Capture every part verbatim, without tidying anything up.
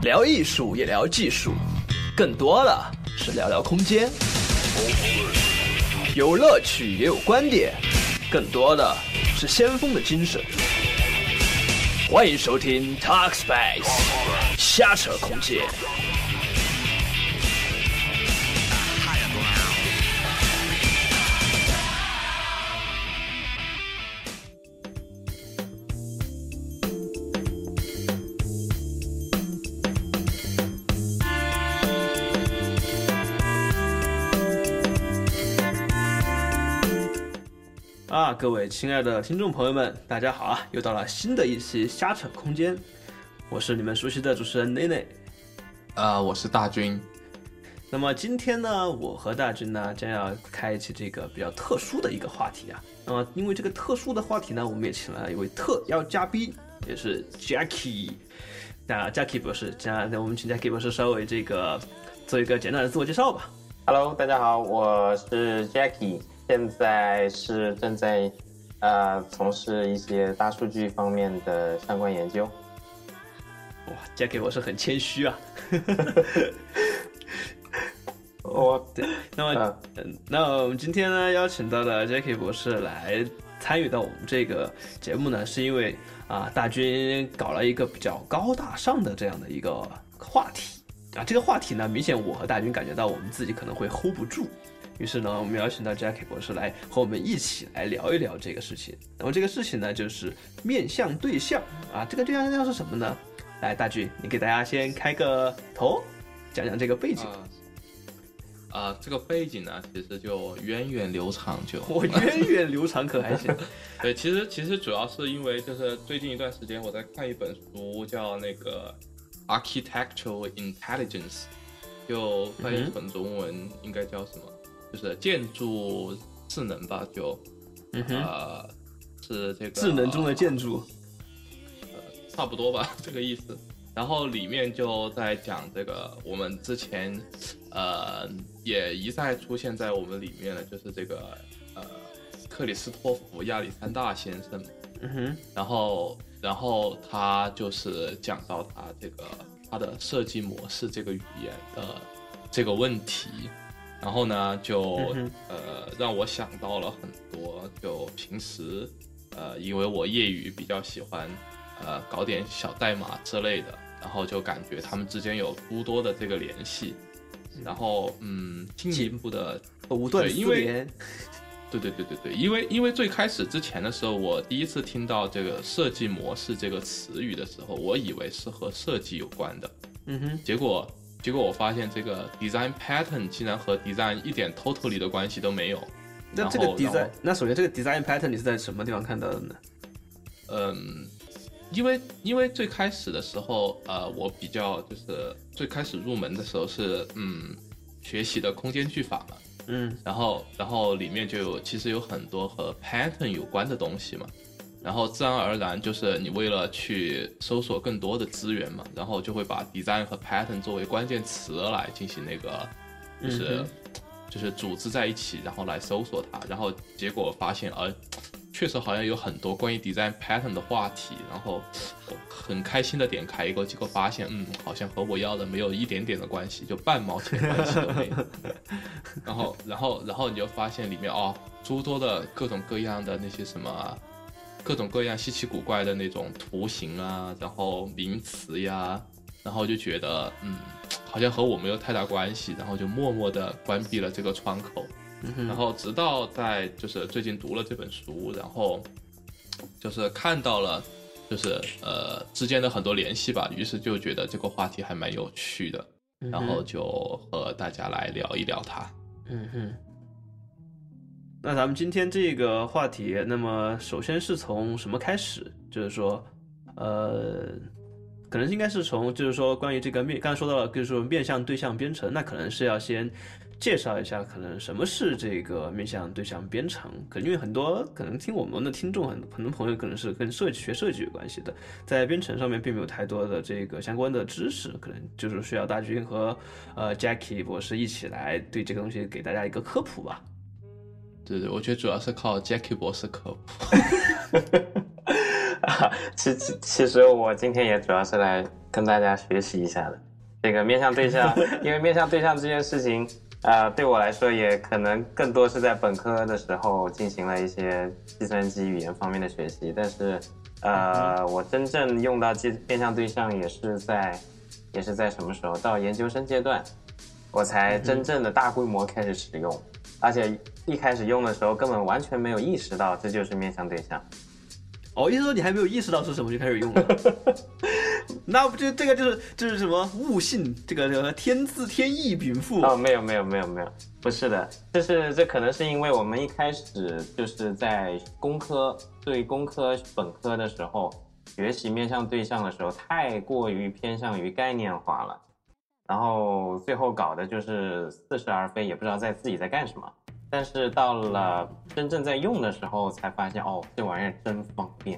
聊艺术也聊技术，更多的是聊聊空间。有乐趣也有观点，更多的是先锋的精神。欢迎收听 Talkspace 瞎扯空间。啊，各位亲爱的听众朋友们，大家好啊！又到了新的一期瞎扯空间，我是你们熟悉的主持人内内， 啊、呃，我是大军。 那么今天呢，我和大军呢将要开启这个比较特殊的一个话题啊。那么因为这个特殊的话题呢，我们也请了一位特邀嘉宾，也是 Jackie。那 Jackie 博士，那我们请 Jackie 博士稍微这个做一个简单的自我介绍吧。 Hello， 大家好，我是 Jackie。现在是正在呃从事一些大数据方面的相关研究。 哇 ，Jackie 我是很谦虚啊。 我对，那么、嗯、那我们今天呢邀请到了 Jackie 博士来参与到我们这个节目呢，是因为啊大军搞了一个比较高大上的这样的一个话题啊，这个话题呢，明显我和大军感觉到我们自己可能会 hold 不住。于是呢，我们邀请到 Jackie 博士来和我们一起来聊一聊这个事情。那么这个事情呢，就是面向对象啊。这个对象是什么呢？来，大军，你给大家先开个头，讲讲这个背景。 啊、呃呃，这个背景呢，其实就源远流长就。 我源远流长可还行。 对，其实其实主要是因为就是最近一段时间我在看一本书，叫那个 Architectural Intelligence， 就翻译成中文应该叫什么？就是建筑智能吧，就， 嗯哼， 呃，是这个智能中的建筑， 呃，差不多吧，这个意思。然后里面就在讲这个，我们之前，呃，也一再出现在我们里面了，就是这个，呃，克里斯托弗亚历山大先生， 嗯哼， 然后，然后他就是讲到他这个他的设计模式这个语言的这个问题。然后呢，就、嗯、呃让我想到了很多，就平时呃因为我业余比较喜欢呃搞点小代码之类的，然后就感觉他们之间有诸多的这个联系，然后嗯进一步的藕断丝连。 对对对对对，因为因为最开始之前的时候，我第一次听到这个设计模式这个词语的时候，我以为是和设计有关的， 嗯哼， 结果。结果我发现这个 design pattern 竟然和 design 一点 totally 的关系都没有。 那这个 design， 那首先这个 design pattern 你是在什么地方看到的呢？ 嗯，因为因为最开始的时候，呃，我比较就是最开始入门的时候是嗯学习的空间句法嘛， 嗯， 然后然后里面就有其实有很多和 pattern 有关的东西嘛。然后自然而然就是你为了去搜索更多的资源嘛，然后就会把 design 和 pattern 作为关键词来进行那个就是、嗯、就是组织在一起，然后来搜索它，然后结果发现呃确实好像有很多关于 design pattern 的话题，然后我很开心的点开一个，结果发现嗯好像和我要的没有一点点的关系，就半毛钱关系都没有。然后然后然后你就发现里面哦诸多的各种各样的那些什么各种各样稀奇古怪的那种图形啊，然后名词呀，然后就觉得嗯，好像和我没有太大关系，然后就默默的关闭了这个窗口。 嗯、 然后直到在就是最近读了这本书，然后就是看到了就是呃之间的很多联系吧，于是就觉得这个话题还蛮有趣的，然后就和大家来聊一聊它。 嗯哼。那咱们今天这个话题，那么首先是从什么开始？就是说，呃，可能应该是从，就是说关于这个面，刚才说到了，就是说面向对象编程，那可能是要先介绍一下，可能什么是这个面向对象编程。可能因为很多可能听我们的听众，很很多朋友可能是跟设计学设计有关系的，在编程上面并没有太多的这个相关的知识，可能就是需要大军和呃 Jackie 博士一起来对这个东西给大家一个科普吧。 对对，我觉得主要是靠 Jackie 博士科普。 啊，其其其实我今天也主要是来跟大家学习一下的。这个面向对象，因为面向对象这件事情，呃，对我来说也可能更多是在本科的时候进行了一些计算机语言方面的学习，但是，呃，我真正用到面向对象也是在，也是在什么时候？到研究生阶段，我才真正的大规模开始使用，而且一开始用的时候根本完全没有意识到这就是面向对象。 哦，意思说你还没有意识到是什么就开始用了？那不就这个就是就是什么悟性，这个这个天资天意禀赋？ 哦，没有没有没有没有，不是的，就是这可能是因为我们一开始就是在工科对工科本科的时候学习面向对象的时候，太过于偏向于概念化了，然后最后搞的就是似是而非，也不知道在自己在干什么。但是到了真正在用的时候，才发现哦，这玩意儿真方便。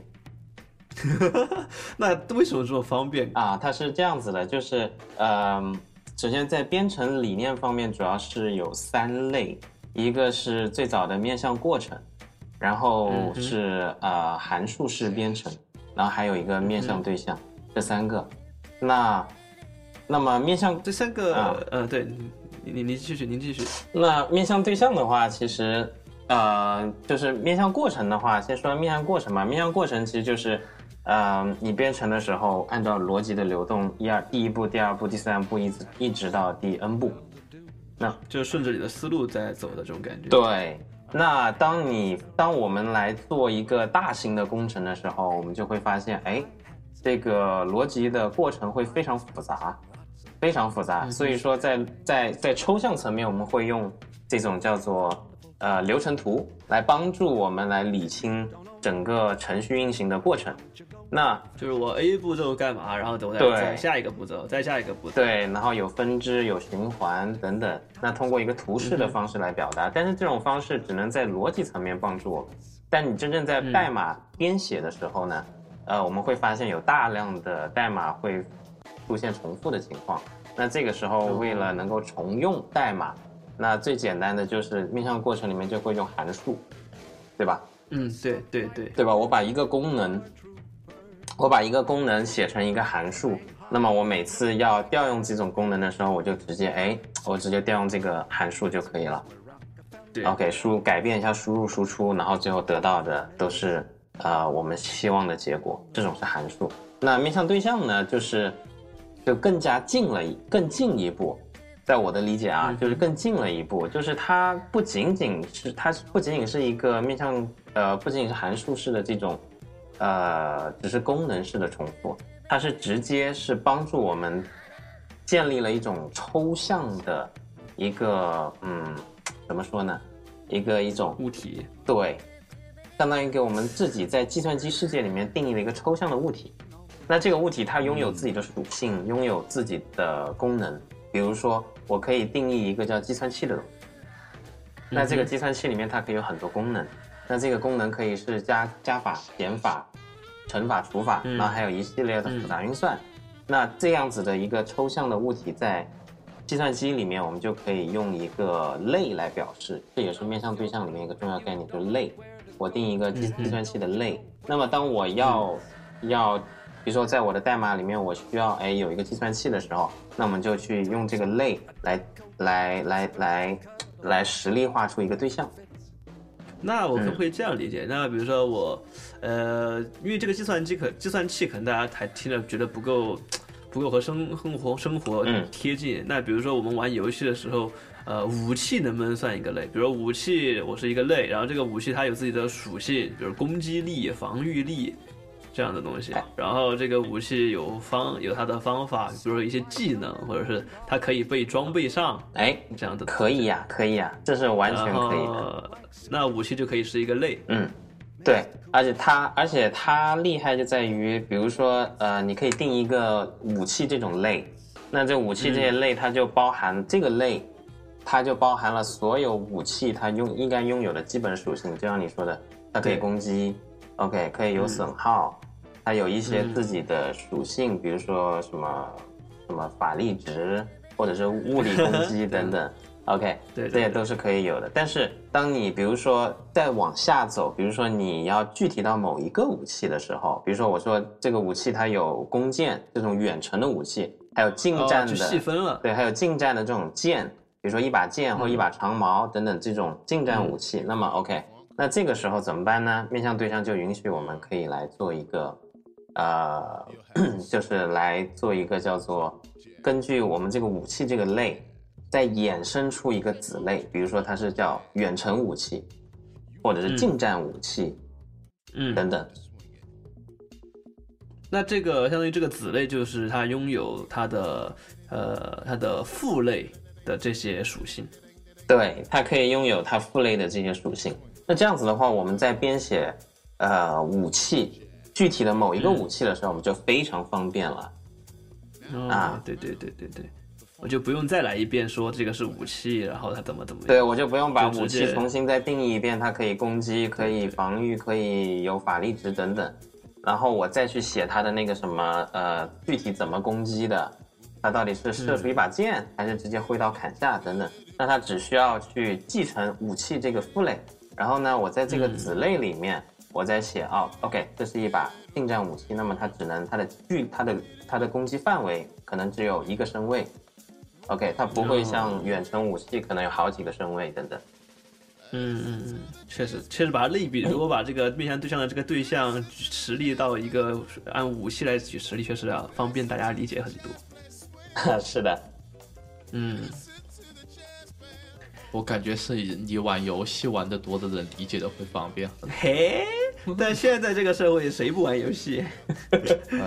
那为什么这么方便啊？它是这样子的，就是呃，首先在编程理念方面，主要是有三类，一个是最早的面向过程，然后是、嗯、呃函数式编程，然后还有一个面向对象，嗯、这三个。那那么面向这三个，啊、呃，对。你你继续，您继续。 那面向对象的话，其实，呃，就是面向过程的话，先说面向过程吧。面向过程其实就是，呃，你编程的时候，按照逻辑的流动，一二第一步、第二步、第三步，一直一直到第 n 步，那就是顺着你的思路在走的这种感觉。 对。那当你当我们来做一个大型的工程的时候，我们就会发现，哎，这个逻辑的过程会非常复杂。非常复杂，所以说在在在抽象层面，我们会用这种叫做呃流程图来帮助我们来理清整个程序运行的过程。那就是我 A 步骤干嘛，然后等我再再下一个步骤，再下一个步骤。 对，然后有分支、有循环等等。那通过一个图示的方式来表达，嗯、但是这种方式只能在逻辑层面帮助我们。但你真正在代码编写的时候呢，嗯、呃，我们会发现有大量的代码会出现重复的情况，那这个时候为了能够重用代码，那最简单的就是面向过程里面就会用函数，对吧？ 嗯，对对对， 对吧？我把一个功能，我把一个功能写成一个函数，那么我每次要调用这种功能的时候，我就直接哎，我直接调用这个函数就可以了。 对 ，OK， 输改变一下输入输出，然后最后得到的都是呃我们希望的结果，这种是函数。那面向对象呢，就是就更加近了更进一步，在我的理解啊，就是更近了一步，就是它不仅仅是它不仅仅是一个面向呃不仅仅是函数式的这种呃只是功能式的重复，它是直接是帮助我们建立了一种抽象的一个嗯怎么说呢一个一种物体， 对，相当于给我们自己在计算机世界里面定义了一个抽象的物体。那这个物体它拥有自己的属性，嗯、拥有自己的功能。比如说，我可以定义一个叫计算器的东西。那这个计算器里面它可以有很多功能。那这个功能可以是加加法、减法、乘法、除法，嗯、然后还有一系列的复杂运算。嗯、那这样子的一个抽象的物体，在计算机里面，我们就可以用一个类来表示。这也是面向对象里面一个重要概念，就是类。我定一个计计算器的类。嗯、那么当我要、嗯、要比如说，在我的代码里面，我需要哎有一个计算器的时候，那我们就去用这个类来来来来来实例化出一个对象。 那我可不可以这样理解？嗯、那比如说我，呃，因为这个计算机可计算器可能大家还听了觉得不够不够和生生活生活贴近。嗯、那比如说我们玩游戏的时候，呃，武器能不能算一个类？比如说武器我是一个类，然后这个武器它有自己的属性，比如攻击力、防御力。这样的东西，然后这个武器有方有它的方法，比如说一些技能，或者是它可以被装备上， 哎， 这样的可以呀、啊，可以呀、啊，这是完全可以的。 那武器就可以是一个类， 嗯，对，而且它而且它厉害就在于，比如说呃，你可以定一个武器这种类，那这武器这些类它就包含、嗯、这个类，它就包含了所有武器它拥应该拥有的基本属性，就像你说的，它可以攻击。OK， 可以有损耗，嗯、它有一些自己的属性，嗯、比如说什么什么法力值，或者是物理攻击等等。 OK， 对对对这些都是可以有的。但是当你比如说再往下走，比如说你要具体到某一个武器的时候，比如说我说这个武器它有弓箭这种远程的武器，还有近战的， 哦、就细分了。 对，还有近战的这种剑，比如说一把剑或一把长矛等等这种近战武器。嗯、那么 OK， 那这个时候怎么办呢？面向对象就允许我们可以来做一个，呃，就是来做一个叫做根据我们这个武器这个类。再衍生出一个子类，比如说它是叫远程武器，或者是近战武器， 嗯， 等等。 那这个相当于这个子类就是它拥有它的呃它的父类的这些属性。 对，它可以拥有它父类的这些属性。那这样子的话，我们在编写呃武器具体的某一个武器的时候，嗯、我们就非常方便了。 哦、啊，对对对对对。我就不用再来一遍说这个是武器，然后它怎么怎么样。 对，我就不用把武器重新再定义一遍，它可以攻击，可以防御，可以有法力值等等，然后我再去写它的那个什么呃具体怎么攻击的，它到底是射出一把剑，嗯、还是直接挥刀砍下等等。那它只需要去继承武器这个父类，然后呢，我在这个子类里面，嗯、我再写哦 ，OK， 这是一把近战武器，那么它只能它的距它的它的攻击范围可能只有一个身位。OK， 它不会像远程武器可能有好几个身位等等。 嗯嗯嗯，确实，确实把它类比，如果把这个面向对象的这个对象举实例到一个按武器来举实例，确实要方便大家理解很多。 是的， 嗯， 我感觉是你玩游戏玩得多的人理解的会方便。 嘿，但现在这个社会谁不玩游戏？ 嗯，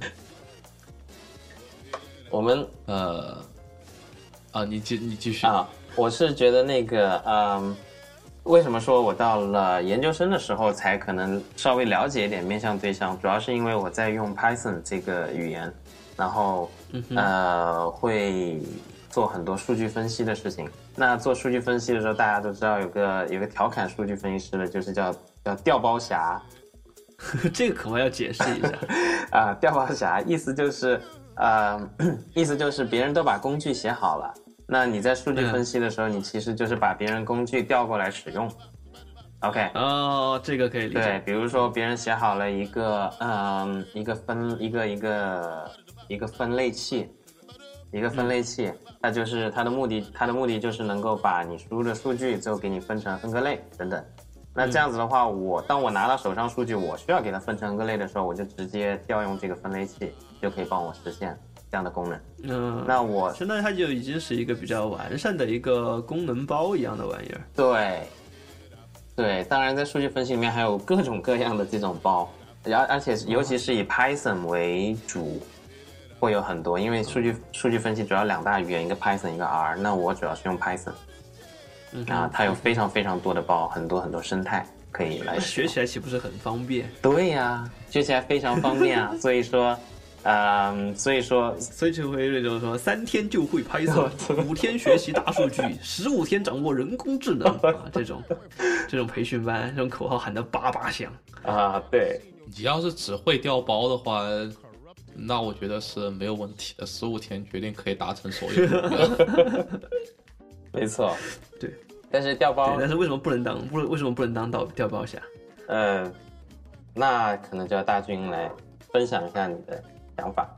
我们呃。啊，你继你继续啊！我是觉得那个，嗯，为什么说我到了研究生的时候才可能稍微了解一点面向对象，主要是因为我在用 Python 这个语言，然后、嗯、呃会做很多数据分析的事情。那做数据分析的时候，大家都知道有个有个调侃数据分析师的，就是叫叫调包侠。 这个可能要解释一下啊，调包侠意思就是。呃，意思就是别人都把工具写好了，那你在数据分析的时候，嗯、你其实就是把别人工具调过来使用。OK， 哦，这个可以理解。 对，比如说别人写好了一个，嗯，一个分一个一个一个分类器，一个分类器，嗯、它就是它的目的，它的目的就是能够把你输入的数据最后给你分成 N 个类等等。那这样子的话，我当我拿到手上数据，我需要给它分成 N 个类的时候，我就直接调用这个分类器。就可以帮我实现这样的功能。 嗯， 那我现在它就已经是一个比较完善的一个功能包一样的玩意儿。 对，对，当然在数据分析里面还有各种各样的这种包，而而且尤其是以 Python 为主，会有很多，因为数据数据分析主要两大语言，一个 Python， 一个 R， 那我主要是用 Python，嗯、啊，它有非常非常多的包，很多很多生态可以来学起来岂不是很方便？ 对呀、啊，学起来非常方便啊，所以说。嗯，所以说， 所以就会那种说三天就会Python，五天学习大数据，十五天掌握人工智能啊，这种这种培训班，这种口号喊得叭叭响啊。对， 你要是只会调包的话，那我觉得是没有问题的，十五天决定可以达成所有目标。 没错， 对。 但是调包， 但是为什么不能当？不，为什么不能当到调包侠？ 呃，那可能就要大军来分享一下你的想法。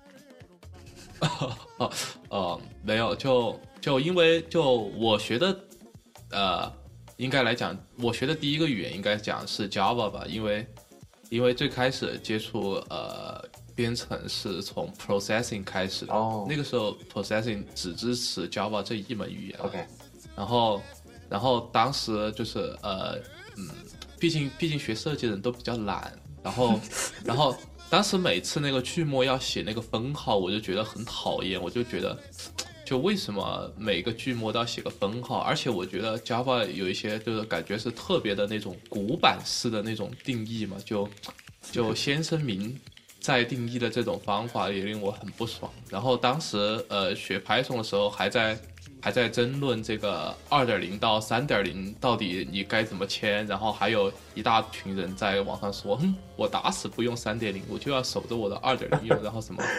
哦，呃，没有，就就因为就我学的，呃，应该来讲，我学的第一个语言应该讲是 Java 吧，因为因为最开始接触呃编程是从 Processing 开始的， 哦， 那个时候 Processing 只支持 Java 这一门语言 ，OK， 然后然后当时就是呃嗯，毕竟毕竟学设计的人都比较懒，然后然后。当时每次那个句末要写那个分号，我就觉得很讨厌，我就觉得，就为什么每个句末都要写个分号？而且我觉得 Java 有一些就是感觉是特别的那种古板式的那种定义嘛，就就先声明再定义的这种方法也令我很不爽。然后当时呃学 Python 的时候还在还在争论这个 二点零 到 三点零 到底你该怎么签，然后还有一大群人在网上说，哼，我打死不用 三点零， 我就要守着我的 二点零 用，然后什么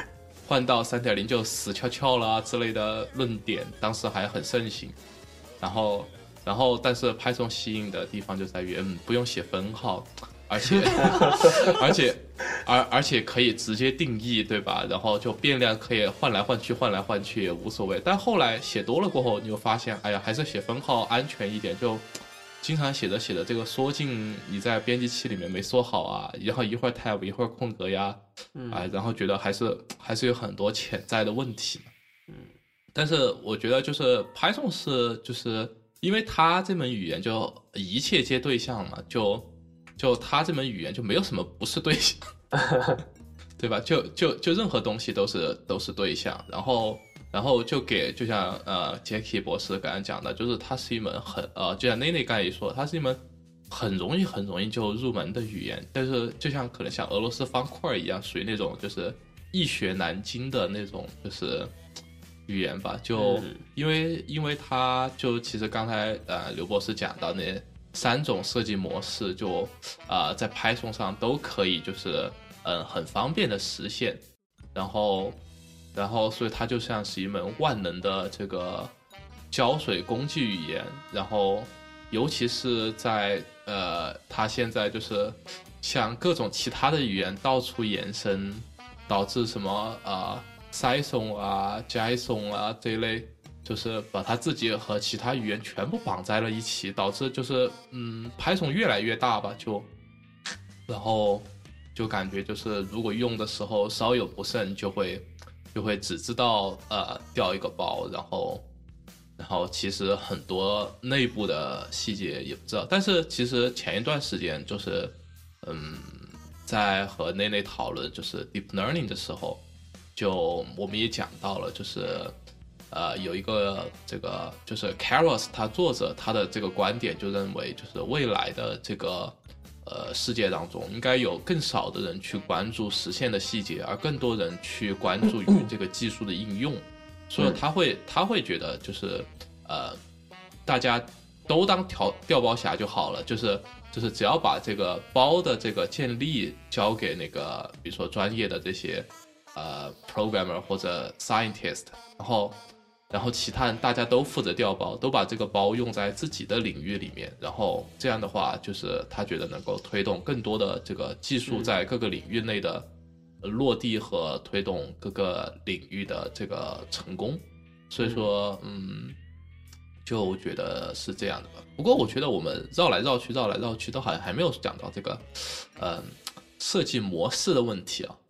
换到 三点零 就死翘翘啦之类的论点，当时还很盛行。然后，然后，但是 Python 吸引的地方就在于，嗯，不用写分号，而且，而且，而而且可以直接定义，对吧？然后就变量可以换来换去，换来换去也无所谓。但后来写多了过后，你就发现，哎呀，还是写分号安全一点，就。经常写着写着，这个缩进你在编辑器里面没缩好啊，然后一会儿 tab 一会儿空格呀， 嗯、 啊，然后觉得还是还是有很多潜在的问题。 嗯， 但是我觉得就是 Python 是就是因为它这门语言就一切皆对象嘛，就就它这门语言就没有什么不是对象，对吧？就就就任何东西都是都是对象，然后。然后就给，就像呃杰克博士刚才讲的，就是它是一门很呃，就像内内刚才也说，它是一门很容易很容易就入门的语言，但是就像可能像俄罗斯方块一样，属于那种就是易学难精的那种就是语言吧。就因为、嗯、因为它就其实刚才呃刘博士讲到那三种设计模式就，就呃在 Python 上都可以就是嗯、呃、很方便的实现，然后。然后，所以它就像是一门万能的这个胶水工具语言。然后，尤其是在呃，它现在就是像各种其他的语言到处延伸，导致什么啊、呃、Python 啊、JSON 啊这一类，就是把它自己和其他语言全部绑在了一起，导致就是嗯 Python 越来越大吧，就然后就感觉就是如果用的时候稍有不慎就会。就会只知道呃调一个包，然后，然后其实很多内部的细节也不知道。但是其实前一段时间就是，嗯，在和内内讨论就是 deep learning 的时候，就我们也讲到了，就是呃有一个这个就是 Keras 他作者他的这个观点就认为，就是未来的这个。呃，世界当中应该有更少的人去关注实现的细节，而更多人去关注于这个技术的应用。所以他会他会觉得就是呃，大家都当调调包侠就好了，就是就是只要把这个包的这个建立交给那个比如说专业的这些呃 programmer 或者 scientist， 然后。然后其他人大家都负责调包，都把这个包用在自己的领域里面，然后这样的话，就是他觉得能够推动更多的这个技术在各个领域内的落地和推动各个领域的这个成功。所以说，嗯，就觉得是这样的吧。不过我觉得我们绕来绕去，绕来绕去，都好像还没有讲到这个，嗯，设计模式的问题啊。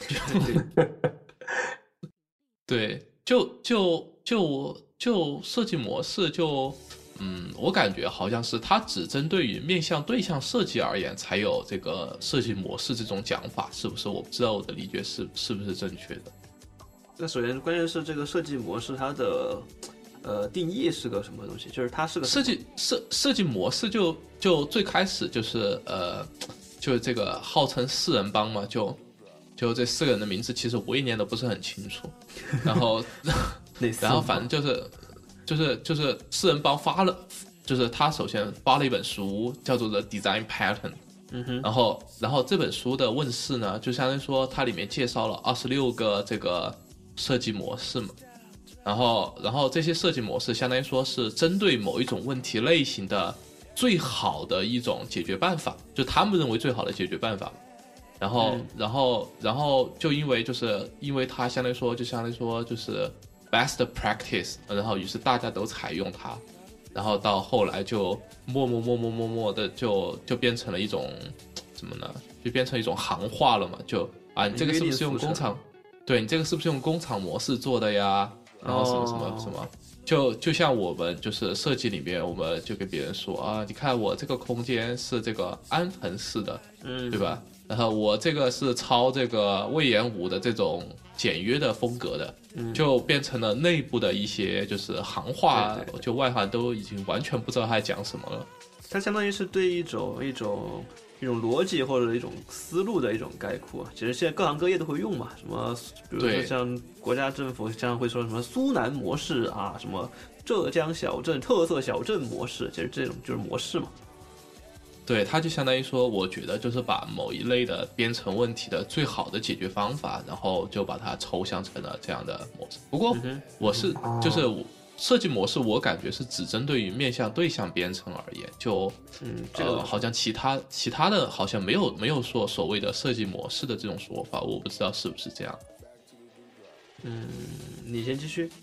对，就就。就就设计模式就，嗯，我感觉好像是它只针对于面向对象设计而言才有这个设计模式这种讲法，是不是？我不知道我的理解是是不是正确的。 那首先，关键是这个设计模式它的呃定义是个什么东西？就是它是个设计设设计模式就就最开始就是呃，就是这个号称四人帮嘛，就就这四个人的名字，其实我也念得不是很清楚，然后。然后反正就是就是就是四人帮发了，就是他首先发了一本书叫做 The Design Pattern， 嗯哼， 然后然后这本书的问世呢，就相当于说它里面介绍了二十六个这个设计模式嘛，然后然后这些设计模式相当于说是针对某一种问题类型的最好的一种解决办法，就他们认为最好的解决办法。然后、嗯、然后然后就因为就是因为它相当于说就相当于说就是。best practice， 然后于是大家都采用它，然后到后来就默默默默默默的就就变成了一种怎么呢？就变成一种行话了嘛？就啊，你这个是不是用工厂？对你这个是不是用工厂模式做的呀？然后什么什么什么？哦、就就像我们就是设计里面，我们就跟别人说啊，你看我这个空间是这个安藤式的， 嗯， 对吧？然后我这个是抄这个魏延武的这种简约的风格的， 嗯、 就变成了内部的一些就是行话， 对对就外行都已经完全不知道他在讲什么了。 它相当于是对一种一种一种逻辑或者一种思路的一种概括。其实现在各行各业都会用嘛，什么比如说像国家政府经常会说什么苏南模式啊，什么浙江小镇特色小镇模式，其实这种就是模式嘛。 对，它就相当于说，我觉得就是把某一类的编程问题的最好的解决方法，然后就把它抽象成了这样的模式。不过我是、嗯、就是我设计模式，我感觉是只针对于面向对象编程而言，就嗯，这个、 呃、好像其他其他的好像没有没有说所谓的设计模式的这种说法，我不知道是不是这样。 嗯，你先继续。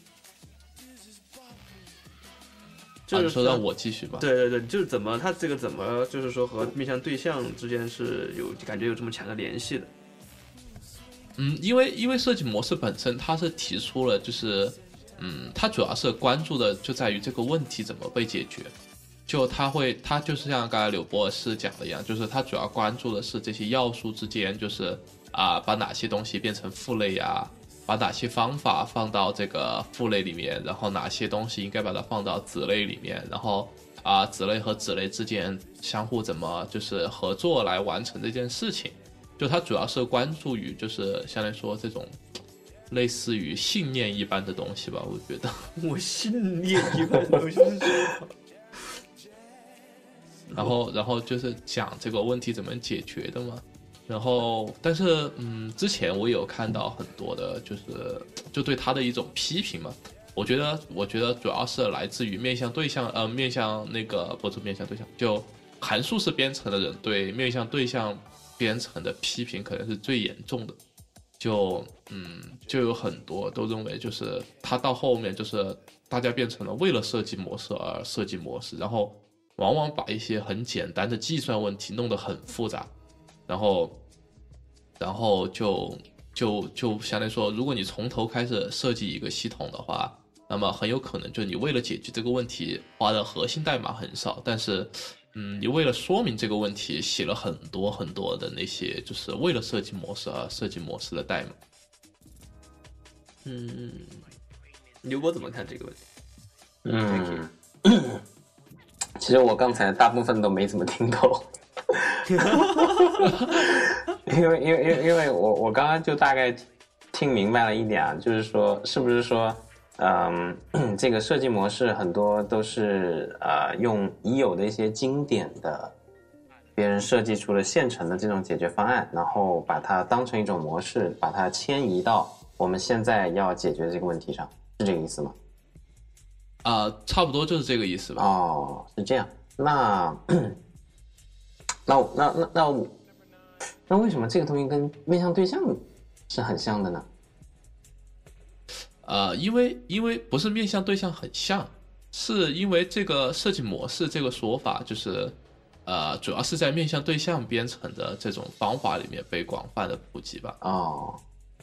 就是说让我继续吧。 对对对，就是怎么它这个怎么就是说和面向对象之间是有感觉有这么强的联系的？ 嗯，因为因为设计模式本身它是提出了就是，嗯，它主要是关注的就在于这个问题怎么被解决。就它会它就是像刚才柳博士讲的一样，就是它主要关注的是这些要素之间，就是啊、呃、把哪些东西变成父类啊。把哪些方法放到这个父类里面，然后哪些东西应该把它放到子类里面，然后啊、呃、子类和子类之间相互怎么就是合作来完成这件事情。就它主要是关注于就是相当于说这种类似于信念一般的东西吧，我觉得。 我信念一般的东西是什么？ 然后然后就是讲这个问题怎么解决的嘛。然后，但是，嗯，之前我有看到很多的，就是就对他的一种批评嘛。我觉得，我觉得主要是来自于面向对象，呃，面向那个不是面向对象，就函数式编程的人对面向对象编程的批评可能是最严重的。就，嗯，就有很多都认为，就是他到后面就是大家变成了为了设计模式而设计模式，然后往往把一些很简单的计算问题弄得很复杂，然后。然后就就就相当于说，如果你从头开始设计一个系统的话，那么很有可能就你为了解决这个问题花的核心代码很少，但是，嗯，你为了说明这个问题写了很多很多的那些，就是为了设计模式而设计模式的代码。 嗯，刘波怎么看这个问题？ 嗯，其实我刚才大部分都没怎么听懂。因为因为因为因为我我刚刚就大概听明白了一点啊，就是说是不是说，嗯，这个设计模式很多都是呃用已有的一些经典的别人设计出了现成的这种解决方案，然后把它当成一种模式，把它迁移到我们现在要解决的这个问题上，是这个意思吗？ 啊、呃，差不多就是这个意思吧。 哦，是这样。那那那那那我。那为什么这个东西跟面向对象是很像的呢？ 呃，因为因为不是面向对象很像，是因为这个设计模式这个说法就是，呃，主要是在面向对象编程的这种方法里面被广泛的普及吧。 哦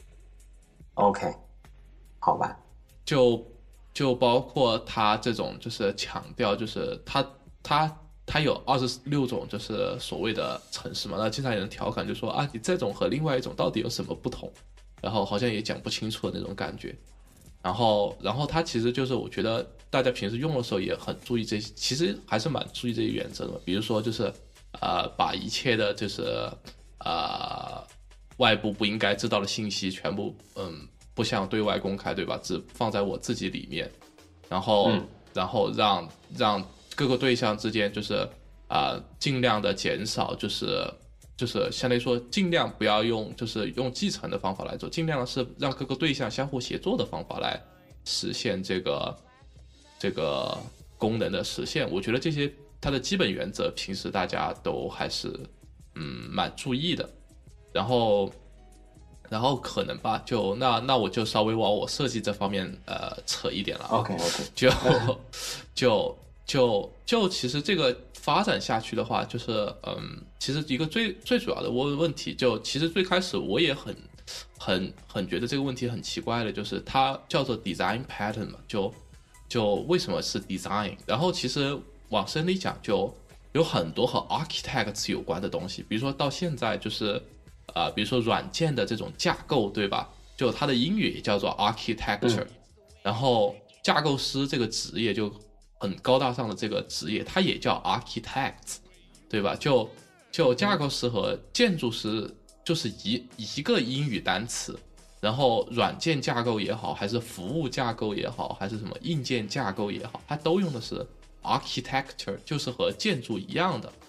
，OK， 好吧， 就就包括它这种就是强调就是它它。它有二十六种就是所谓的程式嘛，那经常有人调侃就说啊，你这种和另外一种到底有什么不同？然后好像也讲不清楚的那种感觉。然后，然后它其实就是我觉得大家平时用的时候也很注意这些，其实还是蛮注意这些原则的。比如说就是呃，把一切的就是呃外部不应该知道的信息全部嗯不向对外公开，对吧？只放在我自己里面，然后、嗯、然后让让。各个对象之间就是啊、呃，尽量的减少，就是就是相当于说尽量不要用就是用继承的方法来做，尽量是让各个对象相互协作的方法来实现这个这个功能的实现。我觉得这些它的基本原则，平时大家都还是嗯蛮注意的。然后然后可能吧，就那那我就稍微往我设计这方面呃扯一点了。 OK OK， 就就。就就其实这个发展下去的话，就是嗯，其实一个最最主要的问问题，就其实最开始我也很很很觉得这个问题很奇怪的，就是它叫做 design pattern 嘛，就就为什么是 design？ 然后其实往深里讲，就有很多和 architects 有关的东西，比如说到现在就是啊、呃，比如说软件的这种架构，对吧？就它的英语也叫做 architecture，、嗯、然后架构师这个职业就。很高大上的这个职业，它也叫 architects， 对吧？就就架构师和建筑师就是一一个英语单词，然后软件架构也好，还是服务架构也好，还是什么硬件架构也好，它都用的是 architecture， 就是和建筑一样的。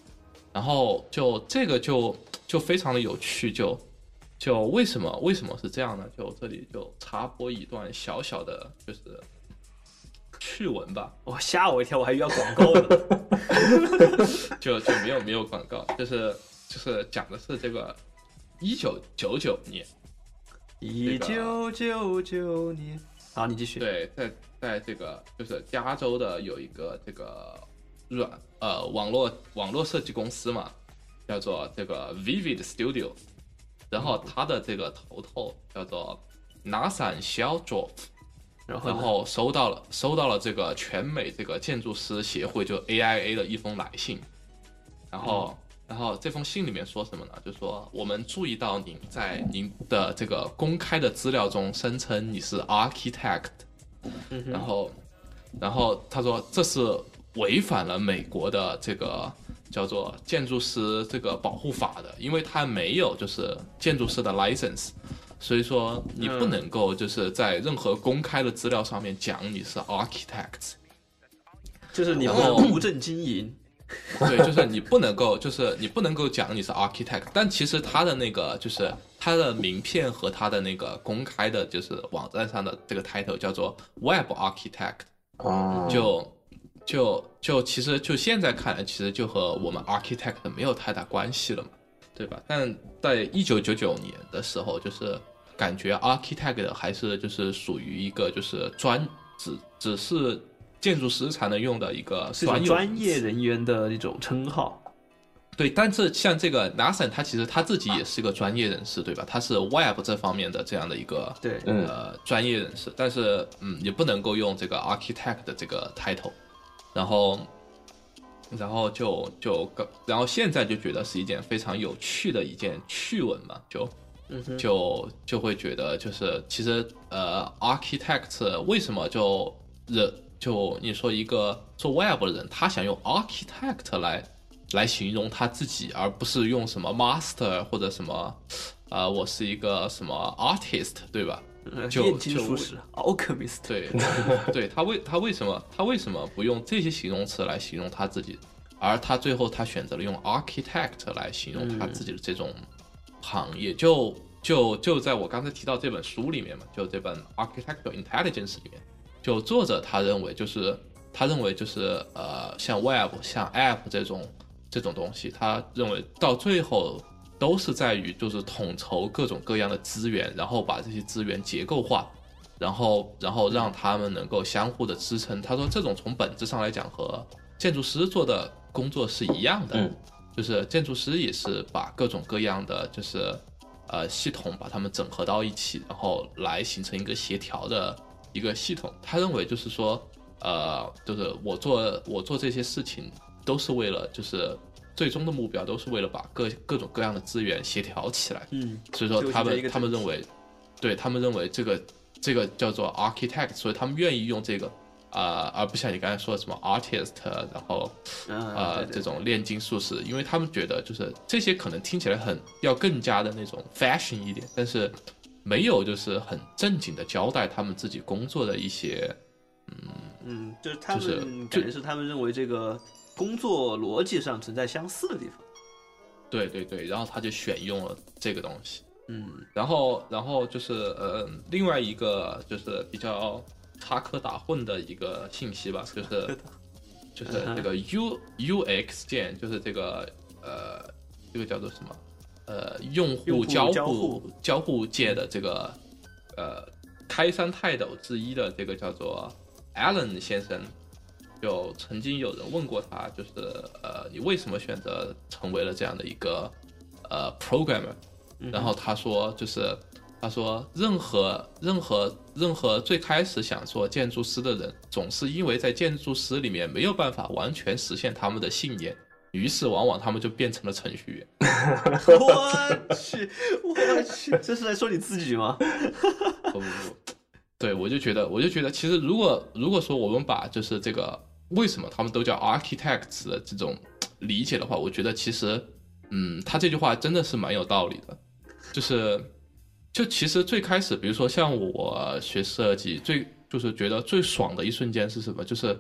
然后就这个就就非常的有趣，就就为什么为什么是这样呢？就这里就插播一段小小的，就是趣闻吧。 哇、哦，吓我一跳，我还以为要广告呢。 就就没有没有广告，就是就是讲的是这个一九九九年， 一九九九年。好，你继续。 对，在在这个就是加州的有一个这个软呃网络网络设计公司嘛，叫做这个 Vivid Studio， 然后它的这个头头叫做 Nathan Sheldorf， 然后然后收到了收到了这个全美这个建筑师协会就 A I A 的一封来信，然后。嗯然后这封信里面说什么呢？就说我们注意到您在您的这个公开的资料中声称你是 architect，、嗯、然后，然后他说这是违反了美国的这个叫做建筑师这个保护法的，因为他没有就是建筑师的 license， 所以说你不能够就是在任何公开的资料上面讲你是 architect， 就是你不能无证经营。 对，就是你不能够，就是你不能够讲你是 architect， 但其实他的那个就是他的名片和他的那个公开的，就是网站上的这个 title 叫做 web architect， 哦， 就就就其实就现在看来，其实就和我们 architect 没有太大关系了嘛，对吧？但在一九九九年的时候，就是感觉 architect 还是就是属于一个就是专只只是。建筑师才能用的一个专专业人员的一种称号， 对。但是像这个 Nathan， 他其实他自己也是一个专业人士，对吧？他是 Web 这方面的这样的一个对呃专业人士，但是嗯，也不能够用这个 Architect 的这个 title， 然后然后就就然后现在就觉得是一件非常有趣的一件趣闻嘛，就。 嗯、 就就会觉得就是其实呃 Architect 为什么就人。就你说一个做 Web 的人，他想用 Architect 来来形容他自己，而不是用什么 Master 或者什么，呃，我是一个什么 Artist， 对吧？就炼金术士 Alchemist。 对，对他为他为什么他为什么不用这些形容词来形容他自己，而他最后他选择了用 Architect 来形容他自己的这种行业，嗯、就就就在我刚才提到这本书里面嘛，就这本 Architectural Intelligence 里面。就作者他认为就是他认为就是呃像 Web 像 App 这种这种东西，他认为到最后都是在于就是统筹各种各样的资源，然后把这些资源结构化，然后然后让他们能够相互的支撑。他说这种从本质上来讲和建筑师做的工作是一样的， 嗯、 就是建筑师也是把各种各样的就是呃系统把它们整合到一起，然后来形成一个协调的。一个系统，他认为就是说，呃，就是我做我做这些事情都是为了，就是最终的目标都是为了把各各种各样的资源协调起来。 嗯， 所以说他们他们认为，对他们认为这个这个叫做 architect， 所以他们愿意用这个啊、呃，而不像你刚才说的什么 artist， 然后呃、嗯、这种炼金术士，因为他们觉得就是这些可能听起来很要更加的那种 fashion 一点，但是。没有，就是很正经的交代他们自己工作的一些，嗯嗯，就是他们感觉是他们认为这个工作逻辑上存在相似的地方。 对对对，然后他就选用了这个东西， 嗯， 然后然后就是呃，另外一个就是比较插科打诨的一个信息吧，就是就是这个 U U X 键，就是这个呃，这个叫做什么？呃，用户交互交互界的这个呃开山泰斗之一的这个叫做 Alan 先生，就曾经有人问过他，就是呃你为什么选择成为了这样的一个呃 programmer？、嗯、然后他说就是他说任何任何任何最开始想做建筑师的人，总是因为在建筑师里面没有办法完全实现他们的信念。于是往往他们就变成了程序员。 我去，我去，这是在说你自己吗？ 不不不，对，我就觉得，我就觉得，其实如果如果说我们把就是这个为什么他们都叫 architects 的这种理解的话，我觉得其实，嗯，他这句话真的是蛮有道理的。就是，就其实最开始，比如说像我学设计，最就是觉得最爽的一瞬间是什么？就是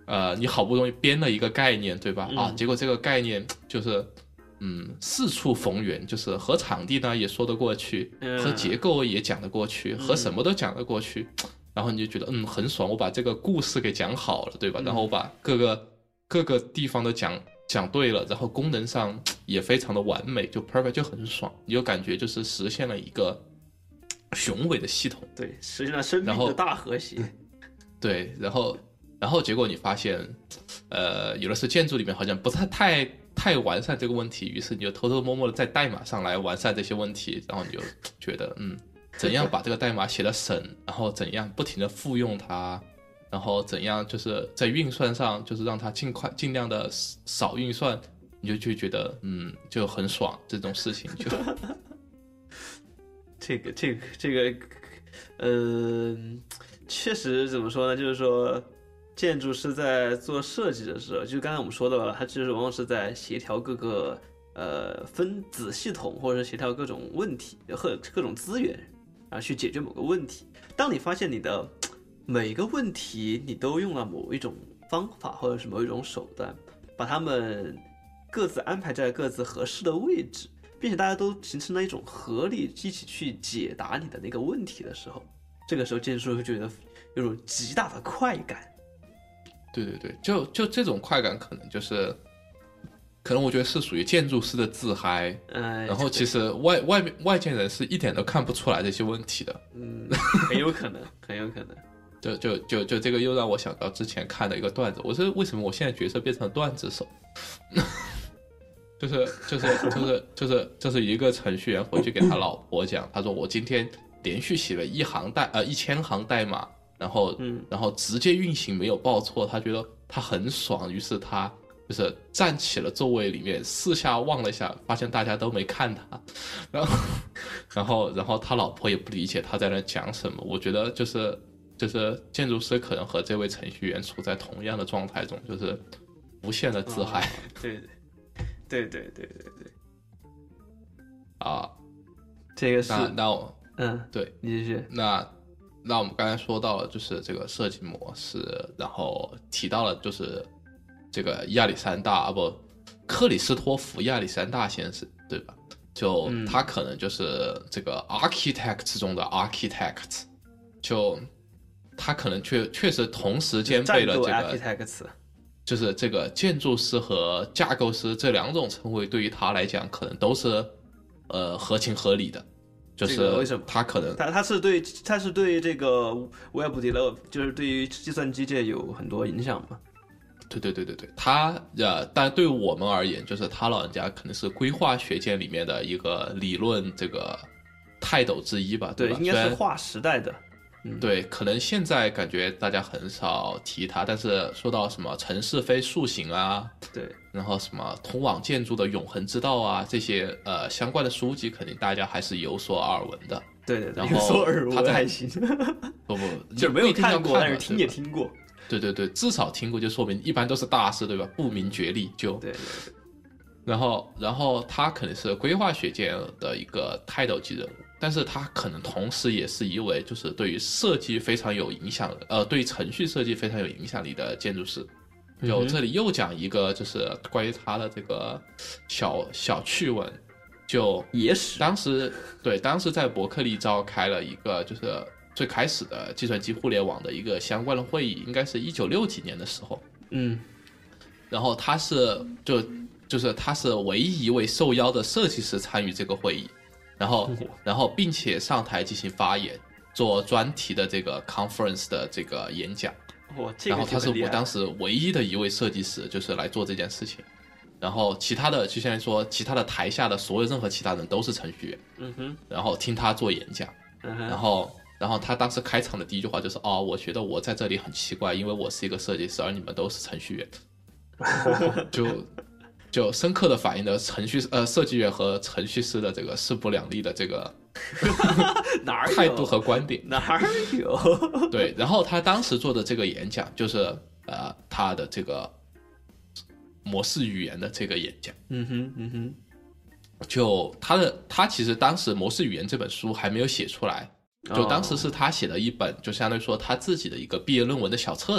呃，你好不容易编了一个概念，对吧？ 嗯、 啊，结果这个概念就是，嗯，四处逢源，就是和场地呢也说得过去， 嗯、 和结构也讲得过去， 嗯、 和什么都讲得过去，然后你就觉得嗯很爽，我把这个故事给讲好了，对吧？ 嗯、 然后我把各个各个地方都讲讲对了，然后功能上也非常的完美，就 perfect 就很爽，你就感觉就是实现了一个雄伟的系统， 对，实现了生命的大和谐。 对，然后然后结果你发现，呃，有的是建筑里面好像不太太太完善这个问题，于是你就偷偷摸摸的在代码上来完善这些问题，然后你就觉得，嗯，怎样把这个代码写得省，然后怎样不停的复用它，然后怎样就是在运算上就是让它尽快尽量的少运算，你就就觉得，嗯，就很爽，这种事情就。 这个这个这个，呃，确实怎么说呢？就是说，建筑师在做设计的时候，就刚才我们说到了，它其实往往是在协调各个呃分子系统，或者是协调各种问题和各种资源，啊，去解决某个问题。当你发现你的每个问题你都用了某一种方法或者是某一种手段，把它们各自安排在各自合适的位置，并且大家都形成了一种合力，一起去解答你的那个问题的时候，这个时候建筑师会觉得有种极大的快感。 对对对，就就这种快感，可能就是，可能我觉得是属于建筑师的自嗨。 嗯， 然后其实外外面外界人是一点都看不出来这些问题的。 嗯，很有可能，很有可能。 就就就就这个又让我想到之前看的一个段子，我说为什么我现在角色变成了段子手？就是就是就是就是就是一个程序员回去给他老婆讲，他说我今天连续写了一行代呃一千行代码，然后嗯然后直接运行没有报错，他觉得他很爽，于是他就是站起了座位里面，四下望了一下，发现大家都没看他，然后然后然后他老婆也不理解他在那讲什么。我觉得就是就是建筑师可能和这位程序员处在同样的状态中，就是无限的自嗨。 哦、对对。对对对对对， 啊， 这个是那那我嗯， 对， 你继续。 那那我们刚才说到了就是这个设计模式，然后提到了就是这个亚历山大啊不，克里斯托弗亚历山大先生，对吧？就他可能就是这个 architect 中的 architect， 就他可能确确实同时兼备了这个。就是这个建筑师和架构师这两种称谓，对于他来讲，可能都是呃合情合理的。就是为什么他可能他他是对他是对这个 Web Develop， 就是对于计算机界有很多影响嘛？ 对对对对对，他呃，但对于我们而言，就是他老人家可能是规划学界里面的一个理论这个泰斗之一吧？ 对， 吧应该是划时代的。 对，可能现在感觉大家很少提它，但是说到什么城市非塑形啊， 对， 然后什么通往建筑的永恒之道啊，这些呃相关的书籍，肯定大家还是有所耳闻的。 对对对， 然后有所耳闻还行， 不不， 就是没有看过，但是听也听过。 对对对，至少听过，就说明一般都是大师，对吧？不明觉厉就。 对对对。 然后，然后他可能是规划学界的一个泰斗级人物，但是他可能同时也是一位就是对于设计非常有影响的，呃，对于程序设计非常有影响力的建筑师。就这里又讲一个就是关于他的这个小小趣闻，就野史。 当时对，当时在伯克利召开了一个就是最开始的计算机互联网的一个相关的会议，应该是一九六几年的时候。 嗯， 然后他是就。就是他是唯一一位受邀的设计师参与这个会议，然后然后并且上台进行发言，做专题的这个 conference 的这个演讲。 哇，这个然后他是我当时唯一的一位设计师，就是来做这件事情。然后其他的就像说，其他的台下的所有任何其他人都是程序员。 嗯哼。 然后听他做演讲。 嗯哼。 然后然后他当时开场的第一句话就是哦，我觉得我在这里很奇怪，因为我是一个设计师，而你们都是程序员。就。就深刻的反映了程序呃设计员和程序师的这个势不两立的这个哪态度和观点， 哪有？ 对，然后他当时做的这个演讲就是呃他的这个模式语言的这个演讲。 嗯哼嗯哼， 就他的他其实当时模式语言这本书还没有写出来，就当时是他写的一本，就相当于说他自己的一个毕业论文的小册子。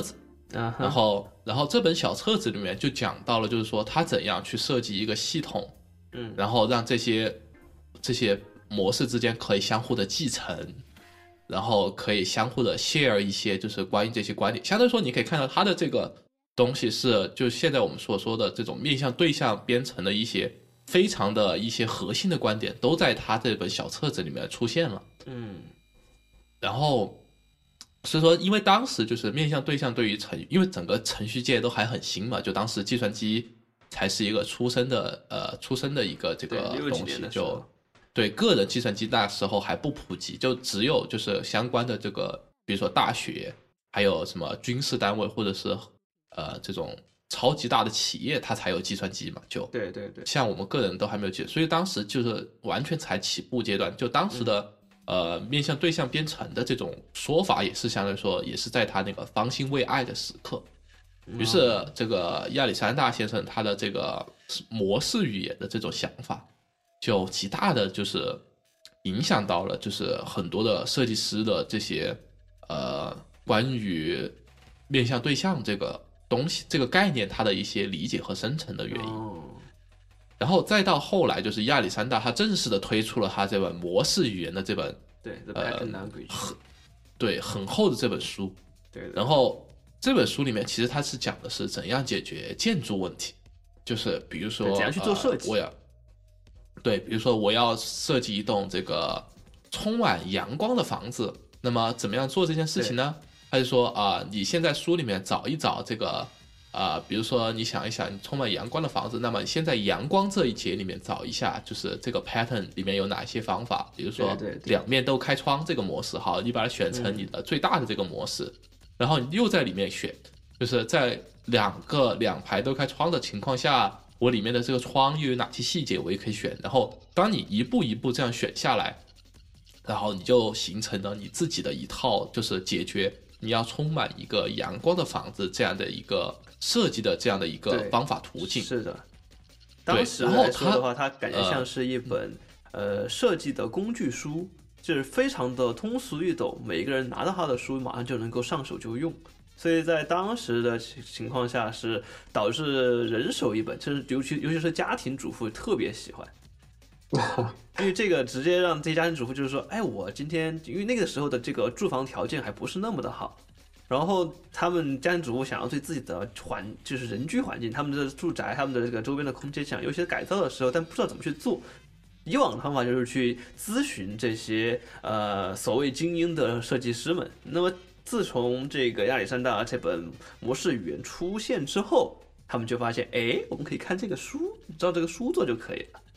啊哈， 然后然后这本小册子里面就讲到了，就是说他怎样去设计一个系统， 嗯， 然后让这些这些模式之间可以相互的继承，然后可以相互的 share 一些就是关于这些观点。相当于说，你可以看到他的这个东西是，就现在我们所说的这种面向对象编程的一些非常的一些核心的观点，都在他这本小册子里面出现了。 嗯， 然后，所以说，因为当时就是面向对象对于程，因为整个程序界都还很新嘛，就当时计算机才是一个出生的呃出生的一个这个东西，就对个人计算机那时候还不普及，就只有就是相关的这个，比如说大学，还有什么军事单位或者是呃这种超级大的企业，它才有计算机嘛，就对对对， 像我们个人都还没有计，所以当时就是完全才起步阶段，就当时的。嗯呃，面向对象编程的这种说法也是相对来说，也是在他那个方兴未艾的时刻。于是，这个亚历山大先生他的这个模式语言的这种想法，就极大的就是影响到了，就是很多的设计师的这些呃关于面向对象这个东西这个概念它的一些理解和生成的原因。 哦， 然后再到后来，就是亚历山大他正式的推出了他这本模式语言的这本对 The Pattern Language，、呃、 对很厚的这本书。 对， 然后这本书里面其实它是讲的是怎样解决建筑问题，就是比如说怎样去做设计、 呃、我要对，比如说我要设计一栋这个充满阳光的房子，那么怎么样做这件事情呢？他就说啊、呃，你先在书里面找一找这个。啊、呃，比如说你想一想，你充满阳光的房子，那么先在阳光这一节里面找一下，就是这个 pattern 里面有哪些方法，比如说两面都开窗这个模式，好，你把它选成你的最大的这个模式，嗯、然后你又在里面选，就是在两个两排都开窗的情况下，我里面的这个窗又有哪些细节我也可以选，然后当你一步一步这样选下来，然后你就形成了你自己的一套，就是解决你要充满一个阳光的房子这样的一个设计的这样的一个方法途径。 是的，当时来说的话，它感觉像是一本呃呃设计的工具书，就是非常的通俗易懂，每个人拿到他的书马上就能够上手就用。所以在当时的情况下，是导致人手一本，就是尤其尤其是家庭主妇特别喜欢。因为这个直接让这些家庭主妇就是说，哎，我今天因为那个时候的这个住房条件还不是那么的好，然后他们家庭主妇想要对自己的环就是人居环境，他们的住宅，他们的这个周边的空间想有些改造的时候，但不知道怎么去做。以往的方法就是去咨询这些呃所谓精英的设计师们。那么自从这个亚历山大这本模式语言出现之后，他们就发现，哎，我们可以看这个书，照这个书做就可以了。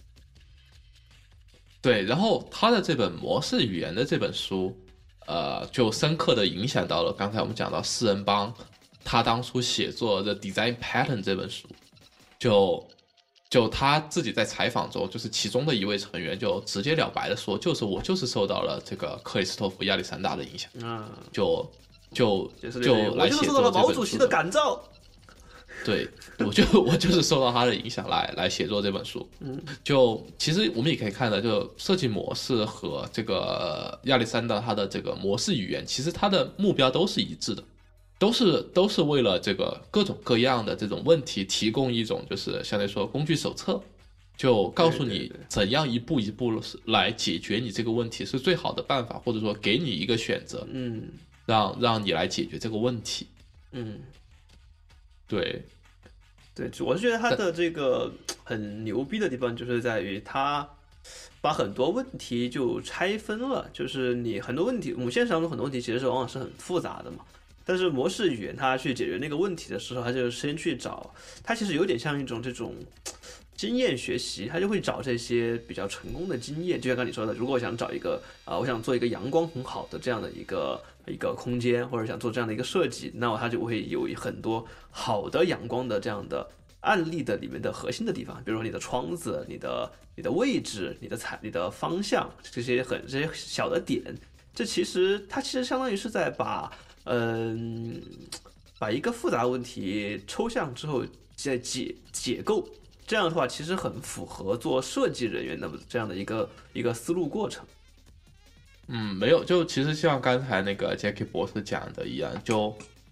对，然后他的这本模式语言的这本书，呃，就深刻的影响到了刚才我们讲到四人帮，他当初写作的 Design Pattern 这本书，就就他自己在采访中，就是其中的一位成员就直截了白的说，就是我就是受到了这个克里斯托弗亚历山大的影响， 嗯， 就就就是就来写作这本书。 我就是受到了毛主席的感召。 对，我就我就是受到他的影响来来写作这本书。 嗯， 就其实我们也可以看到，就设计模式和这个亚历山大他的这个模式语言，其实他的目标都是一致的，都是都是为了这个各种各样的这种问题提供一种就是相对说工具手册，就告诉你怎样一步一步来解决你这个问题是最好的办法，或者说给你一个选择， 嗯， 让让你来解决这个问题。 嗯。 对， 对，我是觉得他的这个很牛逼的地方，就是在于他把很多问题就拆分了。就是你很多问题，我们现实当中很多问题其实是往往是很复杂的嘛。但是模式语言它去解决那个问题的时候，它就先去找，它其实有点像一种这种经验学习，它就会找这些比较成功的经验。就像刚才你说的，如果我想找一个啊、呃，我想做一个阳光很好的这样的一个一个空间，或者想做这样的一个设计，那么它就会有很多好的阳光的这样的案例的里面的核心的地方，比如说你的窗子、你的你的位置、你的采、你的方向，这些很这些小的点，这其实它其实相当于是在把嗯、呃、把一个复杂问题抽象之后再解解构。这样的话，其实很符合做设计人员的这样的一个一个思路过程。 嗯，没有，就其实像刚才那个 Jackie 博士讲的一样，就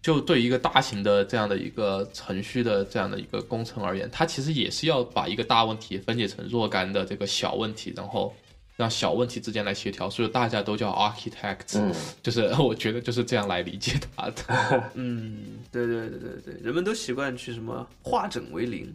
就对于一个大型的这样的一个程序的这样的一个工程而言，它其实也是要把一个大问题分解成若干的这个小问题，然后让小问题之间来协调，所以大家都叫 architect，、嗯、就是我觉得就是这样来理解它的。 嗯，对对对对对，人们都习惯去什么化整为零。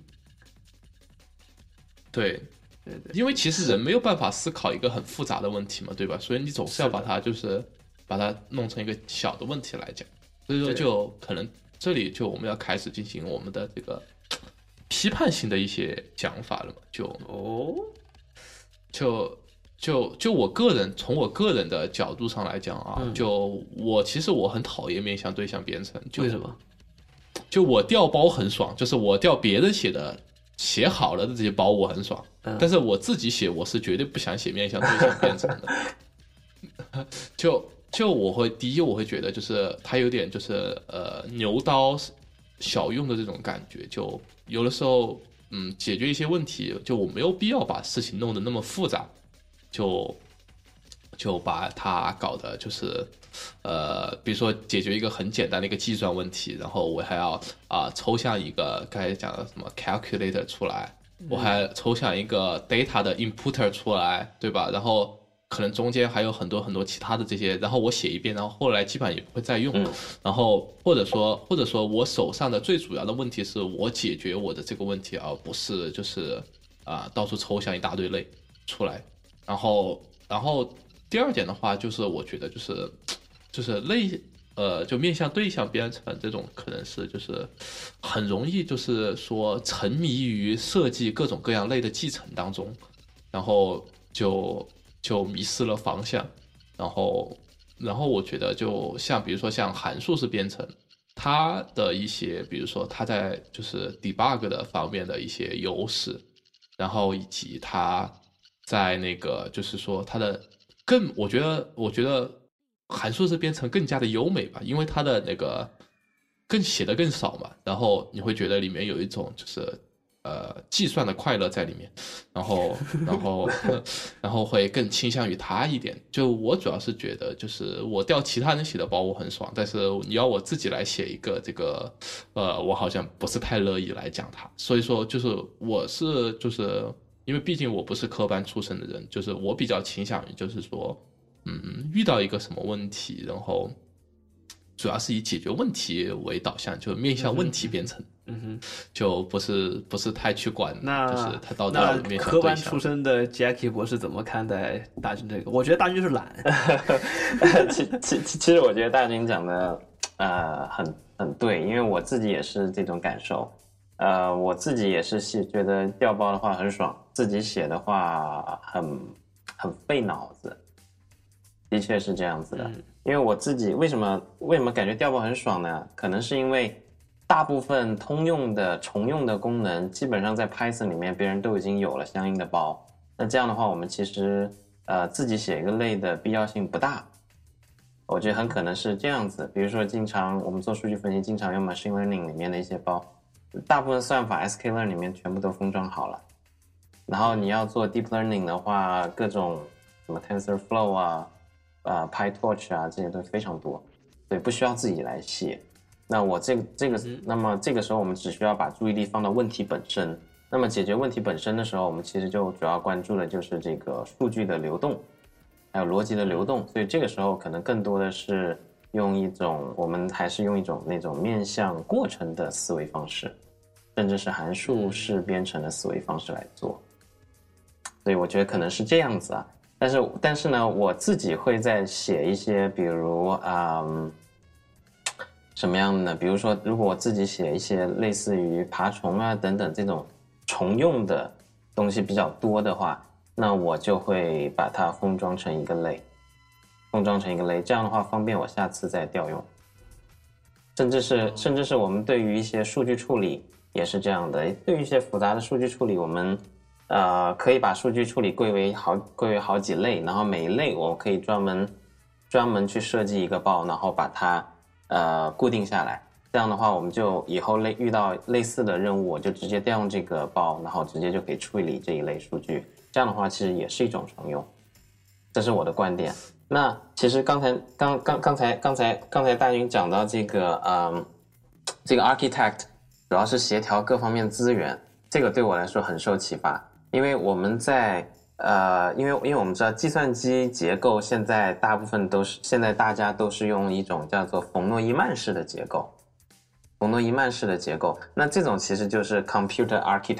对。 对对， 因为其实人没有办法思考一个很复杂的问题嘛，对吧？所以你总是要把它就是把它弄成一个小的问题来讲。所以说就可能这里就我们要开始进行我们的这个批判性的一些讲法了嘛，就哦， 就就就我个人从我个人的角度上来讲啊，嗯、就我其实我很讨厌面向对象编程， 为什么？ 就我调包很爽，就是我调别人写的写好了的这些包我很爽，嗯、但是我自己写我是绝对不想写面向对象编程的。就就我会第一我会觉得就是它有点就是呃牛刀小用的这种感觉，就有的时候嗯解决一些问题，就我没有必要把事情弄得那么复杂，就就把它搞得就是呃比如说解决一个很简单的一个计算问题，然后我还要啊、呃、抽象一个刚才讲的什么 calculator 出来，我还抽象一个 data 的 inputter 出来，对吧？然后可能中间还有很多很多其他的这些，然后我写一遍，然后后来基本上也不会再用。嗯、然后或者说或者说我手上的最主要的问题是我解决我的这个问题，而不是就是啊、呃、到处抽象一大堆类出来。然后然后第二点的话，就是我觉得就是就是类呃就面向对象编程这种，可能是就是很容易就是说沉迷于设计各种各样类的继承当中，然后就。就迷失了方向，然后，然后我觉得就像比如说像函数式编程，它的一些比如说它在就是 debug 的方面的一些优势，然后以及它在那个就是说它的更，我觉得我觉得函数式编程更加的优美吧，因为它的那个更写的更少嘛，然后你会觉得里面有一种就是。呃，计算的快乐在里面，然后，然后，然后会更倾向于他一点。就我主要是觉得，就是我调其他人写的包我很爽，但是你要我自己来写一个这个，呃，我好像不是太乐意来讲它。所以说，就是我是就是因为毕竟我不是科班出身的人，就是我比较倾向于就是说，嗯，遇到一个什么问题，然后主要是以解决问题为导向，就面向问题编程。 嗯哼， 就不是不是太去管， 那就是他到底那科班出身的 Jackie 博士怎么看待大军这个？我觉得大军就是懒。 其其其实我觉得大军讲的呃很很对，因为我自己也是这种感受。呃，我自己也是觉得调包的话很爽，自己写的话很很费脑子，的确是这样子的。嗯、因为我自己为什么为什么感觉调包很爽呢？可能是因为。大部分通用的重用的功能基本上在 Python 里面别人都已经有了相应的包，那这样的话我们其实呃自己写一个类的必要性不大，我觉得很可能是这样子。比如说经常我们做数据分析经常用 machine learning 里面的一些包，大部分算法 S K learn 里面全部都封装好了，然后你要做 deep learning 的话，各种什么 TensorFlow 啊、呃 PyTorch 啊这些都非常多，所以不需要自己来写。那我这个这个，那么这个时候我们只需要把注意力放到问题本身。那么解决问题本身的时候，我们其实就主要关注的就是这个数据的流动，还有逻辑的流动。所以这个时候可能更多的是用一种，我们还是用一种那种面向过程的思维方式，甚至是函数式编程的思维方式来做。所以我觉得可能是这样子啊。但是但是呢，我自己会在写一些，比如嗯。什么样的呢？比如说，如果我自己写一些类似于爬虫啊等等这种重用的东西比较多的话，那我就会把它封装成一个类，封装成一个类，这样的话方便我下次再调用。甚至是甚至是我们对于一些数据处理也是这样的，对于一些复杂的数据处理，我们呃可以把数据处理归为好归为好几类，然后每一类我可以专门专门去设计一个包，然后把它。呃，固定下来，这样的话，我们就以后类遇到类似的任务，我就直接调用这个包，然后直接就可以处理这一类数据。这样的话，其实也是一种重用，这是我的观点。 那其实刚才刚刚刚才刚才刚才大云讲到这个，嗯，这个 architect 主要是协调各方面资源，这个对我来说很受启发，因为我们在呃，因为因为我们知道计算机结构现在大部分都是现在大家都是用一种叫做冯诺依曼式的结构，冯诺依曼式的结构，那这种其实就是 computer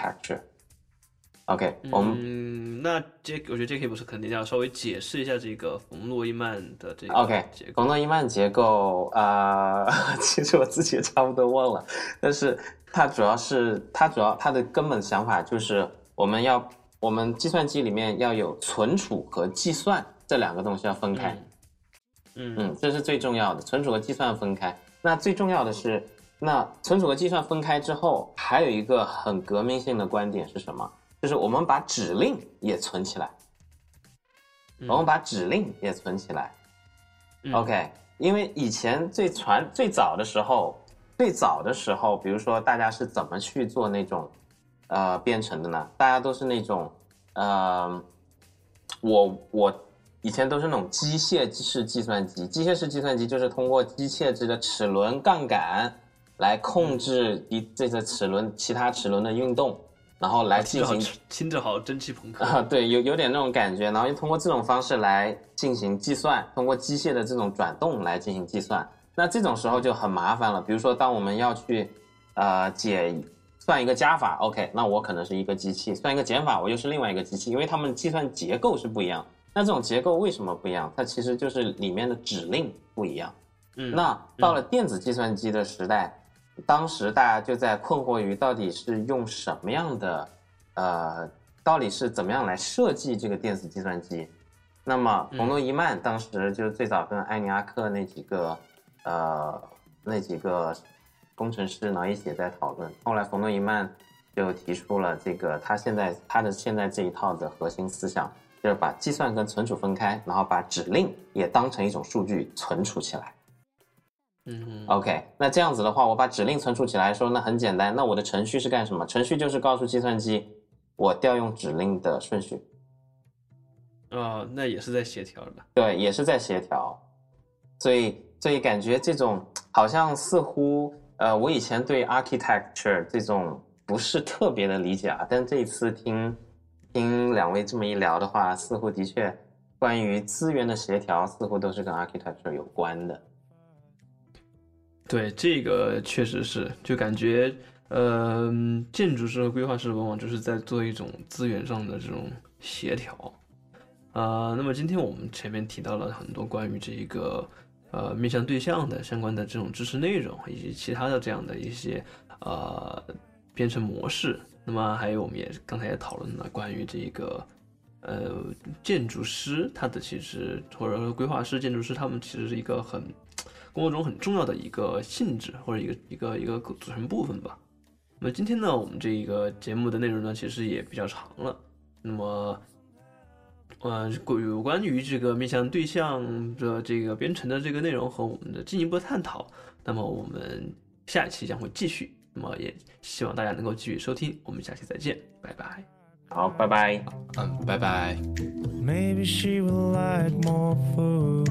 architecture。OK， 我们嗯，那这我觉得 J K 不是肯定要稍微解释一下这个冯诺依曼的这个 OK 结构。 冯诺依曼结构，呃，其实我自己也差不多忘了，但是它主要是它主要它的根本想法就是我们要我们计算机里面要有存储和计算这两个东西要分开， 嗯嗯, 嗯，这是最重要的，存储和计算分开。那最重要的是，那存储和计算分开之后，还有一个很革命性的观点是什么？就是我们把指令也存起来， 嗯、 我们把指令也存起来。 嗯、 OK， 因为以前最传最早的时候，最早的时候，比如说大家是怎么去做那种呃编程的呢？大家都是那种呃，我我以前都是那种机械式计算机，机械式计算机就是通过机械制的齿轮杠杆来控制一这个齿轮其他齿轮的运动。然后来进行听着好蒸汽朋克啊，对，有有点那种感觉，然后又通过这种方式来进行计算，通过机械的这种转动来进行计算。那这种时候就很麻烦了，比如说当我们要去呃解算一个加法 ，OK， 那我可能是一个机器，算一个减法我又是另外一个机器，因为它们计算结构是不一样。那这种结构为什么不一样？它其实就是里面的指令不一样。 嗯， 那到了电子计算机的时代。嗯，当时大家就在困惑于到底是用什么样的，呃，到底是怎么样来设计这个电子计算机。那么冯诺依曼当时就最早跟埃尼阿克那几个，呃，那几个工程师呢一起在讨论。后来冯诺依曼就提出了这个，他现在他的现在这一套的核心思想，就是把计算跟存储分开，然后把指令也当成一种数据存储起来。 嗯 ，OK， 那这样子的话，我把指令存储起来说，那很简单，那我的程序是干什么？程序就是告诉计算机我调用指令的顺序。 哦，那也是在协调的。 对，也是在协调。所以，所以感觉这种好像似乎，呃，我以前对 architecture 这种不是特别的理解啊，但这一次听听两位这么一聊的话，似乎的确关于资源的协调，似乎都是跟 architecture 有关的。 对，这个确实是，就感觉，呃，建筑师和规划师往往就是在做一种资源上的这种协调，呃，那么今天我们前面提到了很多关于这一个，呃，面向对象的相关的这种知识内容，以及其他的这样的一些，呃，编程模式。那么还有我们也刚才也讨论了关于这个，呃，建筑师他的其实或者说规划师、建筑师他们其实是一个很。工作中很重要的一个性质或者一个一个一个组成部分吧。那么今天呢，我们这个节目的内容呢，其实也比较长了。那么，呃，有关于这个面向对象的这个编程的这个内容和我们的进一步的探讨，那么我们下一期将会继续。那么也希望大家能够继续收听，我们下期再见，拜拜。 好，拜拜。 嗯，拜拜。 Maybe she would like more food.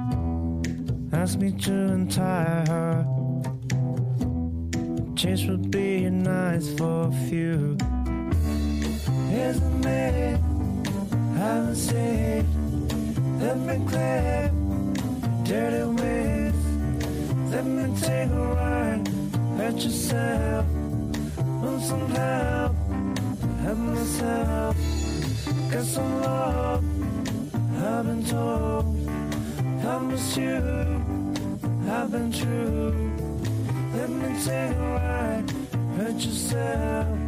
Ask me to untie her. Change would be nice for a few. Here's the man I haven't seen. Let me clear dirty ways. Let me take a ride. Hurt yourself. Want some help. Help myself. Got some love. I've been told. I miss you, I've been true. Let me take a ride, hurt yourself.